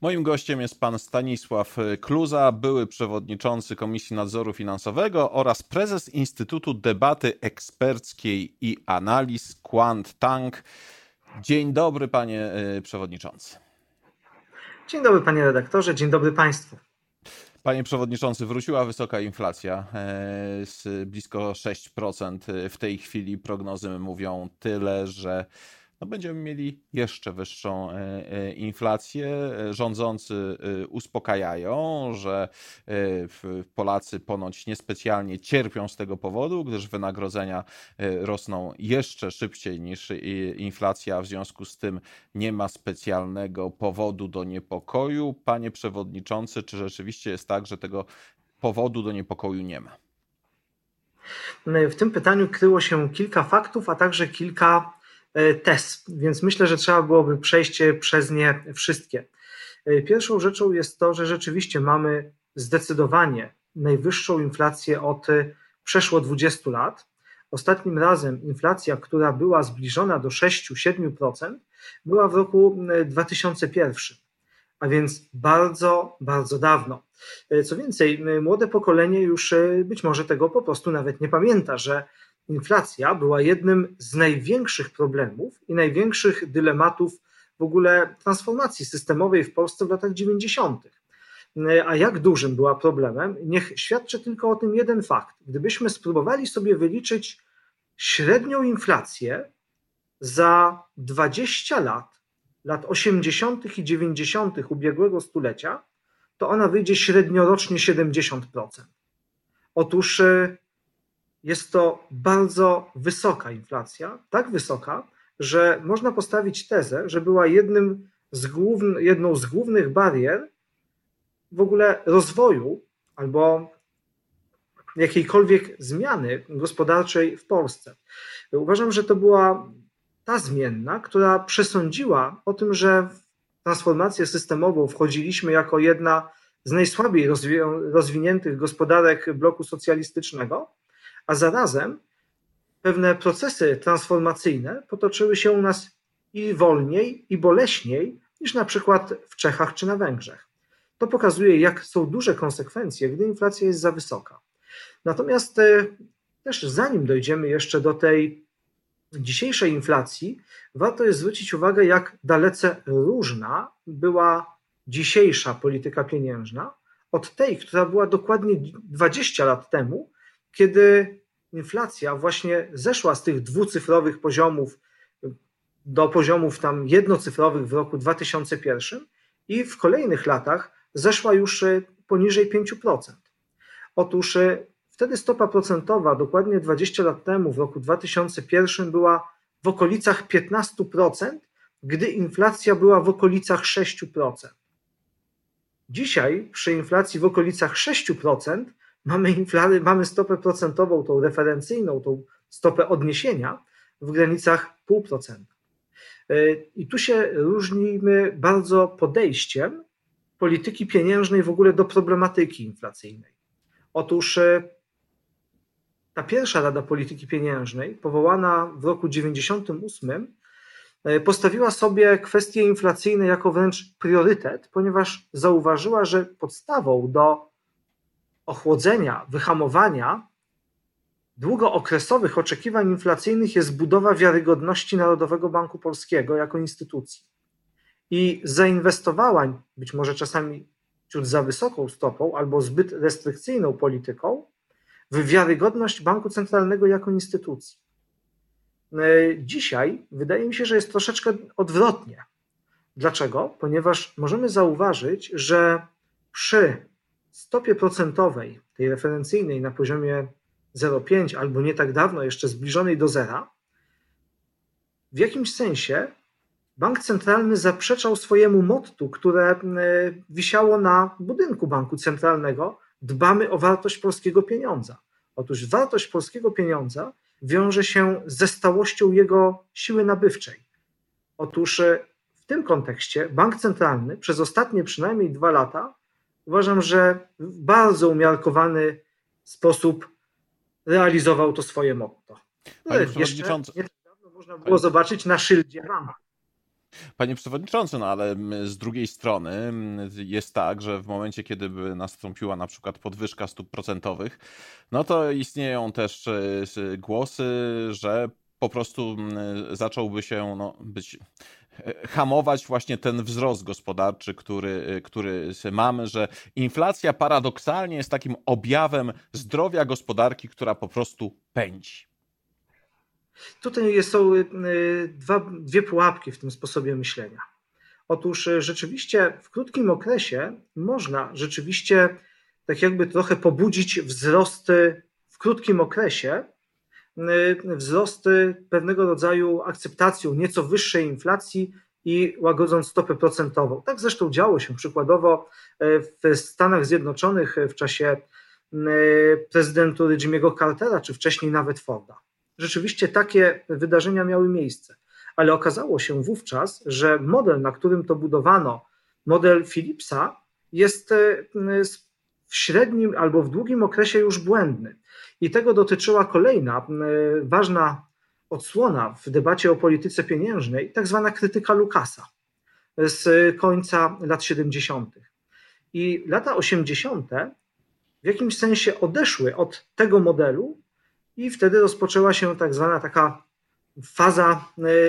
Moim gościem jest pan Stanisław Kluza, były przewodniczący Komisji Nadzoru Finansowego oraz prezes Instytutu Debaty Eksperckiej i Analiz Quant Tank. Dzień dobry, panie przewodniczący. Dzień dobry, panie redaktorze, dzień dobry państwu. Panie przewodniczący, wróciła wysoka inflacja z blisko 6%. W tej chwili prognozy mówią tyle, że będziemy mieli jeszcze wyższą inflację. Rządzący uspokajają, że Polacy ponoć niespecjalnie cierpią z tego powodu, gdyż wynagrodzenia rosną jeszcze szybciej niż inflacja, w związku z tym nie ma specjalnego powodu do niepokoju. Panie przewodniczący, czy rzeczywiście jest tak, że tego powodu do niepokoju nie ma? W tym pytaniu kryło się kilka faktów, a także kilka tez, więc myślę, że trzeba byłoby przejść przez nie wszystkie. Pierwszą rzeczą jest to, że rzeczywiście mamy zdecydowanie najwyższą inflację od przeszło 20 lat. Ostatnim razem inflacja, która była zbliżona do 6-7%, była w roku 2001, a więc bardzo, bardzo dawno. Co więcej, młode pokolenie już być może tego po prostu nawet nie pamięta, że inflacja była jednym z największych problemów i największych dylematów w ogóle transformacji systemowej w Polsce w latach 90. A jak dużym była problemem, niech świadczy tylko o tym jeden fakt. Gdybyśmy spróbowali sobie wyliczyć średnią inflację za 20 lat 80. i 90. ubiegłego stulecia, to ona wyjdzie średniorocznie 70%. Otóż jest to bardzo wysoka inflacja, tak wysoka, że można postawić tezę, że była jedną z głównych barier w ogóle rozwoju albo jakiejkolwiek zmiany gospodarczej w Polsce. Uważam, że to była ta zmienna, która przesądziła o tym, że w transformację systemową wchodziliśmy jako jedna z najsłabiej rozwiniętych gospodarek bloku socjalistycznego, a zarazem pewne procesy transformacyjne potoczyły się u nas i wolniej, i boleśniej niż na przykład w Czechach czy na Węgrzech. To pokazuje, jak są duże konsekwencje, gdy inflacja jest za wysoka. Natomiast też zanim dojdziemy jeszcze do tej dzisiejszej inflacji, warto jest zwrócić uwagę, jak dalece różna była dzisiejsza polityka pieniężna od tej, która była dokładnie 20 lat temu, kiedy inflacja właśnie zeszła z tych dwucyfrowych poziomów do poziomów tam jednocyfrowych w roku 2001 i w kolejnych latach zeszła już poniżej 5%. Otóż wtedy stopa procentowa dokładnie 20 lat temu w roku 2001 była w okolicach 15%, gdy inflacja była w okolicach 6%. Dzisiaj przy inflacji w okolicach 6% mamy stopę procentową, tą referencyjną, tą stopę odniesienia w granicach 0,5%. I tu się różnimy bardzo podejściem polityki pieniężnej w ogóle do problematyki inflacyjnej. Otóż ta pierwsza Rada Polityki Pieniężnej, powołana w roku 1998, postawiła sobie kwestie inflacyjne jako wręcz priorytet, ponieważ zauważyła, że podstawą do ochłodzenia, wyhamowania długookresowych oczekiwań inflacyjnych jest budowa wiarygodności Narodowego Banku Polskiego jako instytucji. I zainwestowała, być może czasami ciut za wysoką stopą albo zbyt restrykcyjną polityką, w wiarygodność Banku Centralnego jako instytucji. Dzisiaj wydaje mi się, że jest troszeczkę odwrotnie. Dlaczego? Ponieważ możemy zauważyć, że przy stopie procentowej, tej referencyjnej na poziomie 0,5 albo nie tak dawno jeszcze zbliżonej do zera, w jakimś sensie Bank Centralny zaprzeczał swojemu mottu, które wisiało na budynku Banku Centralnego: dbamy o wartość polskiego pieniądza. Otóż wartość polskiego pieniądza wiąże się ze stałością jego siły nabywczej. Otóż w tym kontekście Bank Centralny przez ostatnie przynajmniej 2 lata uważam, że w bardzo umiarkowany sposób realizował to swoje motto. Jeszcze nie tak dawno można było zobaczyć na szyldzie banku. Panie Przewodniczący, no ale z drugiej strony jest tak, że w momencie, kiedy by nastąpiła na przykład podwyżka stóp procentowych, no to istnieją też głosy, że po prostu zacząłby się hamować właśnie ten wzrost gospodarczy, który mamy, że inflacja paradoksalnie jest takim objawem zdrowia gospodarki, która po prostu pędzi. Tutaj są dwie pułapki w tym sposobie myślenia. Otóż rzeczywiście w krótkim okresie można rzeczywiście tak jakby trochę pobudzić wzrosty w krótkim okresie, wzrosty pewnego rodzaju akceptacją nieco wyższej inflacji i łagodząc stopę procentową. Tak zresztą działo się przykładowo w Stanach Zjednoczonych w czasie prezydentury Jimmy'ego Cartera, czy wcześniej nawet Forda. Rzeczywiście takie wydarzenia miały miejsce, ale okazało się wówczas, że model, na którym to budowano, model Philipsa, jest w średnim albo w długim okresie już błędny. I tego dotyczyła kolejna ważna odsłona w debacie o polityce pieniężnej, tak zwana krytyka Lucasa z końca lat 70. I lata 80. w jakimś sensie odeszły od tego modelu i wtedy rozpoczęła się tak zwana taka faza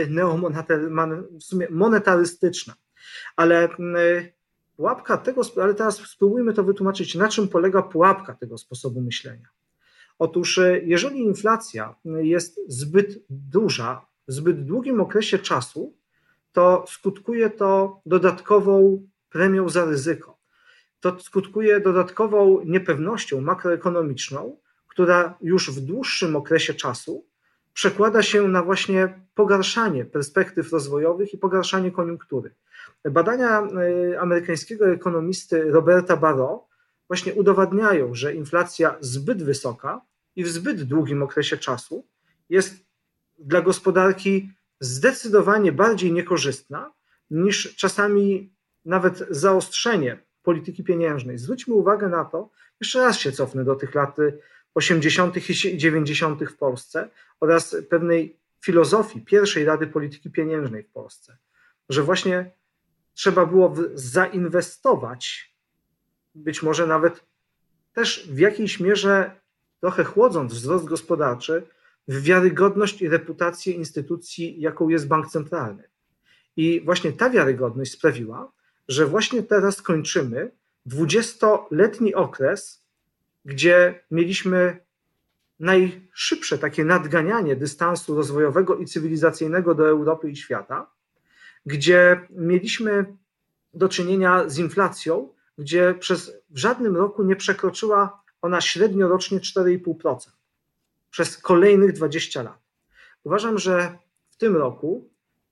monetarystyczna. Ale pułapka tego, ale teraz spróbujmy to wytłumaczyć, na czym polega pułapka tego sposobu myślenia. Otóż jeżeli inflacja jest zbyt duża w zbyt długim okresie czasu, to skutkuje to dodatkową premią za ryzyko. To skutkuje dodatkową niepewnością makroekonomiczną, która już w dłuższym okresie czasu przekłada się na właśnie pogarszanie perspektyw rozwojowych i pogarszanie koniunktury. Badania amerykańskiego ekonomisty Roberta Barro właśnie udowadniają, że inflacja zbyt wysoka i w zbyt długim okresie czasu jest dla gospodarki zdecydowanie bardziej niekorzystna niż czasami nawet zaostrzenie polityki pieniężnej. Zwróćmy uwagę na to, jeszcze raz się cofnę do tych lat 80. i 90. w Polsce oraz pewnej filozofii pierwszej Rady Polityki Pieniężnej w Polsce, że właśnie trzeba było zainwestować, być może nawet też w jakiejś mierze trochę chłodząc wzrost gospodarczy, w wiarygodność i reputację instytucji, jaką jest bank centralny. I właśnie ta wiarygodność sprawiła, że właśnie teraz kończymy 20-letni okres, gdzie mieliśmy najszybsze takie nadganianie dystansu rozwojowego i cywilizacyjnego do Europy i świata, gdzie mieliśmy do czynienia z inflacją, gdzie w żadnym roku nie przekroczyła ona średnio rocznie 4,5% przez kolejnych 20 lat. Uważam, że w tym roku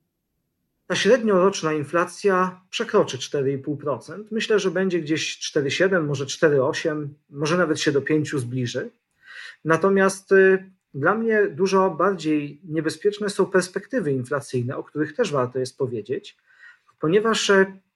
ta średnioroczna inflacja przekroczy 4,5%. Myślę, że będzie gdzieś 4,7, może 4,8, może nawet się do 5 zbliży. Natomiast dla mnie dużo bardziej niebezpieczne są perspektywy inflacyjne, o których też warto jest powiedzieć, ponieważ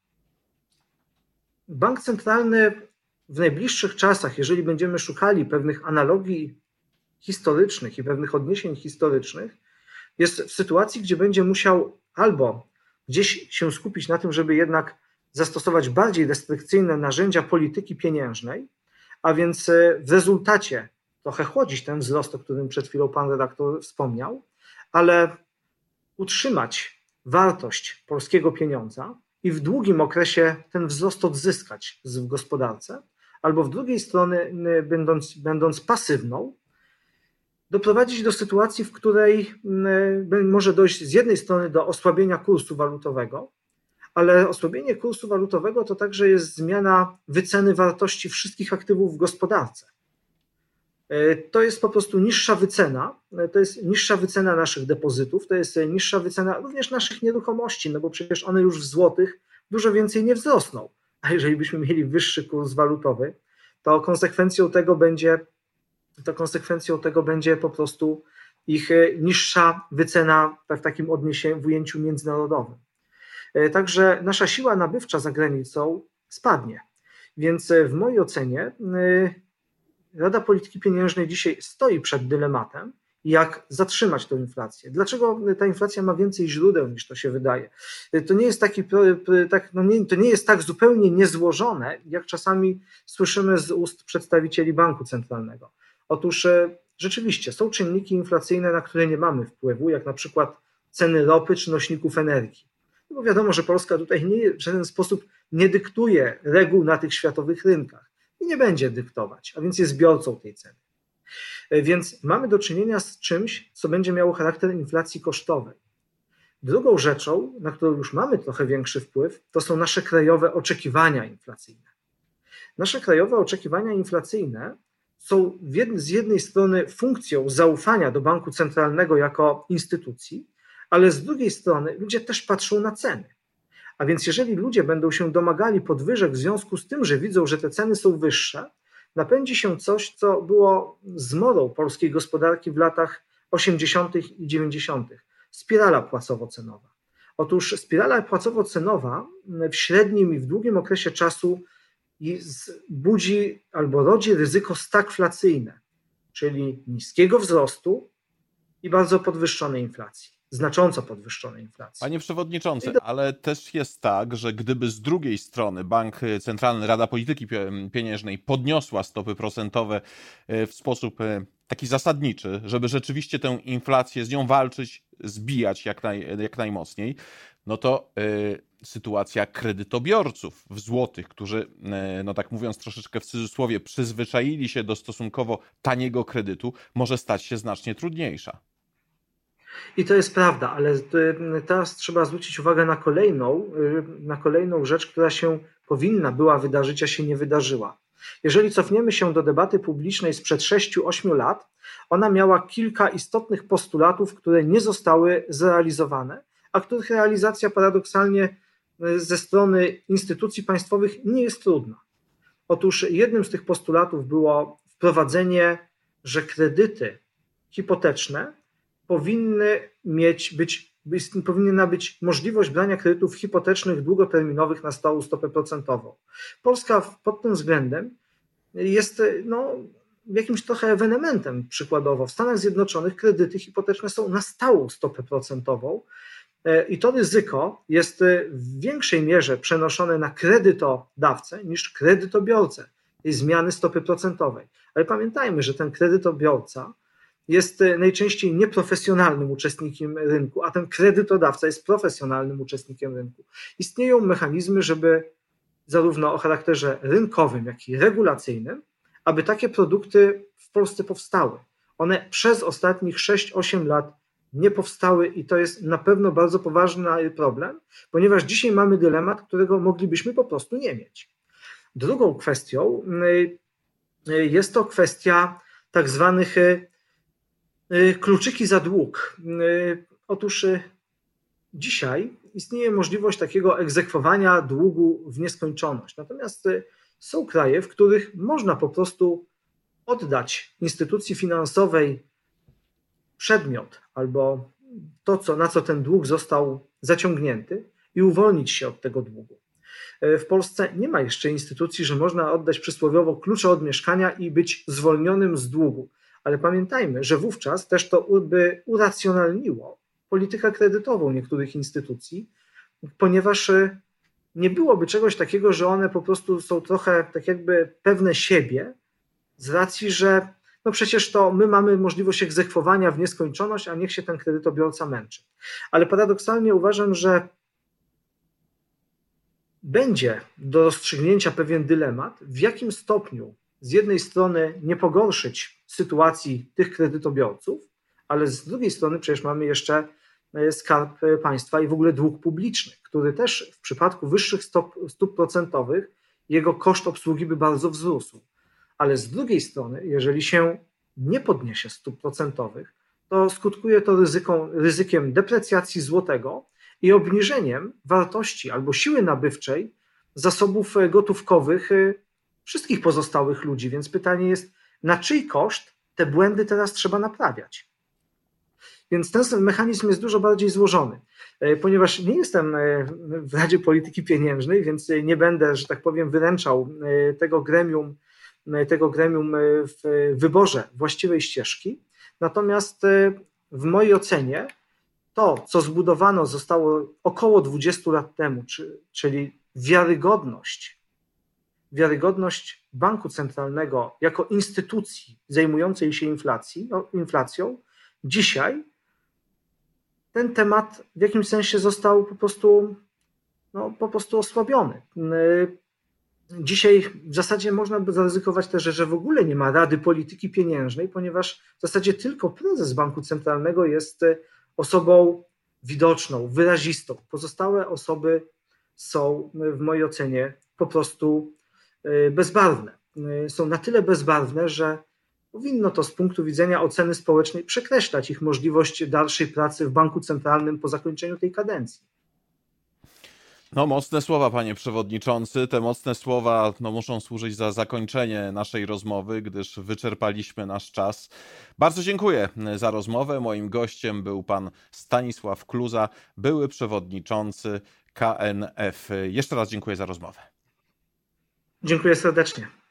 bank centralny w najbliższych czasach, jeżeli będziemy szukali pewnych analogii historycznych i pewnych odniesień historycznych, jest w sytuacji, gdzie będzie musiał albo gdzieś się skupić na tym, żeby jednak zastosować bardziej restrykcyjne narzędzia polityki pieniężnej, a więc w rezultacie trochę chłodzić ten wzrost, o którym przed chwilą pan redaktor wspomniał, ale utrzymać wartość polskiego pieniądza i w długim okresie ten wzrost odzyskać w gospodarce, albo w drugiej strony, będąc pasywną, doprowadzić do sytuacji, w której może dojść z jednej strony do osłabienia kursu walutowego, ale osłabienie kursu walutowego to także jest zmiana wyceny wartości wszystkich aktywów w gospodarce. To jest po prostu niższa wycena, to jest niższa wycena naszych depozytów, to jest niższa wycena również naszych nieruchomości, no bo przecież one już w złotych dużo więcej nie wzrosną. A jeżeli byśmy mieli wyższy kurs walutowy, to konsekwencją tego będzie po prostu ich niższa wycena w takim odniesieniu, w ujęciu międzynarodowym. Także nasza siła nabywcza za granicą spadnie. Więc w mojej ocenie Rada Polityki Pieniężnej dzisiaj stoi przed dylematem, jak zatrzymać tę inflację. Dlaczego ta inflacja ma więcej źródeł niż to się wydaje? To nie jest to nie jest tak zupełnie niezłożone, jak czasami słyszymy z ust przedstawicieli banku centralnego. Otóż rzeczywiście są czynniki inflacyjne, na które nie mamy wpływu, jak na przykład ceny ropy czy nośników energii. No bo wiadomo, że Polska tutaj w żaden sposób nie dyktuje reguł na tych światowych rynkach i nie będzie dyktować, a więc jest zbiorcą tej ceny. Więc mamy do czynienia z czymś, co będzie miało charakter inflacji kosztowej. Drugą rzeczą, na którą już mamy trochę większy wpływ, to są nasze krajowe oczekiwania inflacyjne. Nasze krajowe oczekiwania inflacyjne są z jednej strony funkcją zaufania do banku centralnego jako instytucji, ale z drugiej strony ludzie też patrzą na ceny. A więc jeżeli ludzie będą się domagali podwyżek w związku z tym, że widzą, że te ceny są wyższe, napędzi się coś, co było zmorą polskiej gospodarki w latach 80. i 90. Spirala płacowo-cenowa. Otóż spirala płacowo-cenowa w średnim i w długim okresie czasu budzi albo rodzi ryzyko stagflacyjne, czyli niskiego wzrostu i bardzo podwyższonej inflacji. Znacząco podwyższonej inflacji. Panie przewodniczący, ale też jest tak, że gdyby z drugiej strony Bank Centralny, Rada Polityki Pieniężnej podniosła stopy procentowe w sposób taki zasadniczy, żeby rzeczywiście tę inflację z nią walczyć, zbijać jak najmocniej, no to sytuacja kredytobiorców w złotych, którzy, no tak mówiąc troszeczkę w cudzysłowie, przyzwyczaili się do stosunkowo taniego kredytu, może stać się znacznie trudniejsza. I to jest prawda, ale teraz trzeba zwrócić uwagę na kolejną rzecz, która się powinna była wydarzyć, a się nie wydarzyła. Jeżeli cofniemy się do debaty publicznej sprzed 6-8 lat, ona miała kilka istotnych postulatów, które nie zostały zrealizowane, a których realizacja paradoksalnie ze strony instytucji państwowych nie jest trudna. Otóż jednym z tych postulatów było wprowadzenie, że kredyty hipoteczne powinna być możliwość brania kredytów hipotecznych długoterminowych na stałą stopę procentową. Polska pod tym względem jest jakimś trochę ewenementem przykładowo. W Stanach Zjednoczonych kredyty hipoteczne są na stałą stopę procentową i to ryzyko jest w większej mierze przenoszone na kredytodawcę niż kredytobiorcę tej zmiany stopy procentowej. Ale pamiętajmy, że ten kredytobiorca jest najczęściej nieprofesjonalnym uczestnikiem rynku, a ten kredytodawca jest profesjonalnym uczestnikiem rynku. Istnieją mechanizmy, żeby zarówno o charakterze rynkowym, jak i regulacyjnym, aby takie produkty w Polsce powstały. One przez ostatnich 6-8 lat nie powstały i to jest na pewno bardzo poważny problem, ponieważ dzisiaj mamy dylemat, którego moglibyśmy po prostu nie mieć. Drugą kwestią jest to kwestia tak zwanych kluczyki za dług. Otóż dzisiaj istnieje możliwość takiego egzekwowania długu w nieskończoność. Natomiast są kraje, w których można po prostu oddać instytucji finansowej przedmiot albo to, na co ten dług został zaciągnięty i uwolnić się od tego długu. W Polsce nie ma jeszcze instytucji, że można oddać przysłowiowo klucze od mieszkania i być zwolnionym z długu. Ale pamiętajmy, że wówczas też to by uracjonalniło politykę kredytową niektórych instytucji, ponieważ nie byłoby czegoś takiego, że one po prostu są trochę tak jakby pewne siebie z racji, że no przecież to my mamy możliwość egzekwowania w nieskończoność, a niech się ten kredytobiorca męczy. Ale paradoksalnie uważam, że będzie do rozstrzygnięcia pewien dylemat, w jakim stopniu z jednej strony nie pogorszyć sytuacji tych kredytobiorców, ale z drugiej strony przecież mamy jeszcze Skarb Państwa i w ogóle dług publiczny, który też w przypadku wyższych stóp procentowych jego koszt obsługi by bardzo wzrósł. Ale z drugiej strony, jeżeli się nie podniesie stóp procentowych, to skutkuje to ryzykiem deprecjacji złotego i obniżeniem wartości albo siły nabywczej zasobów gotówkowych wszystkich pozostałych ludzi. Więc pytanie jest, na czyj koszt te błędy teraz trzeba naprawiać? Więc ten mechanizm jest dużo bardziej złożony. Ponieważ nie jestem w Radzie Polityki Pieniężnej, więc nie będę, że tak powiem, wyręczał tego gremium w wyborze właściwej ścieżki. Natomiast w mojej ocenie to, co zbudowano zostało około 20 lat temu, czyli wiarygodność banku centralnego jako instytucji zajmującej się inflacją, dzisiaj ten temat w jakimś sensie został po prostu osłabiony. Dzisiaj w zasadzie można by zaryzykować też, że w ogóle nie ma Rady Polityki Pieniężnej, ponieważ w zasadzie tylko prezes banku centralnego jest osobą widoczną, wyrazistą. Pozostałe osoby są w mojej ocenie po prostu bezbarwne. Są na tyle bezbarwne, że powinno to z punktu widzenia oceny społecznej przekreślać ich możliwość dalszej pracy w banku centralnym po zakończeniu tej kadencji. No, mocne słowa, panie przewodniczący. Te mocne słowa muszą służyć za zakończenie naszej rozmowy, gdyż wyczerpaliśmy nasz czas. Bardzo dziękuję za rozmowę. Moim gościem był pan Stanisław Kluza, były przewodniczący KNF. Jeszcze raz dziękuję za rozmowę. Dziękuję serdecznie.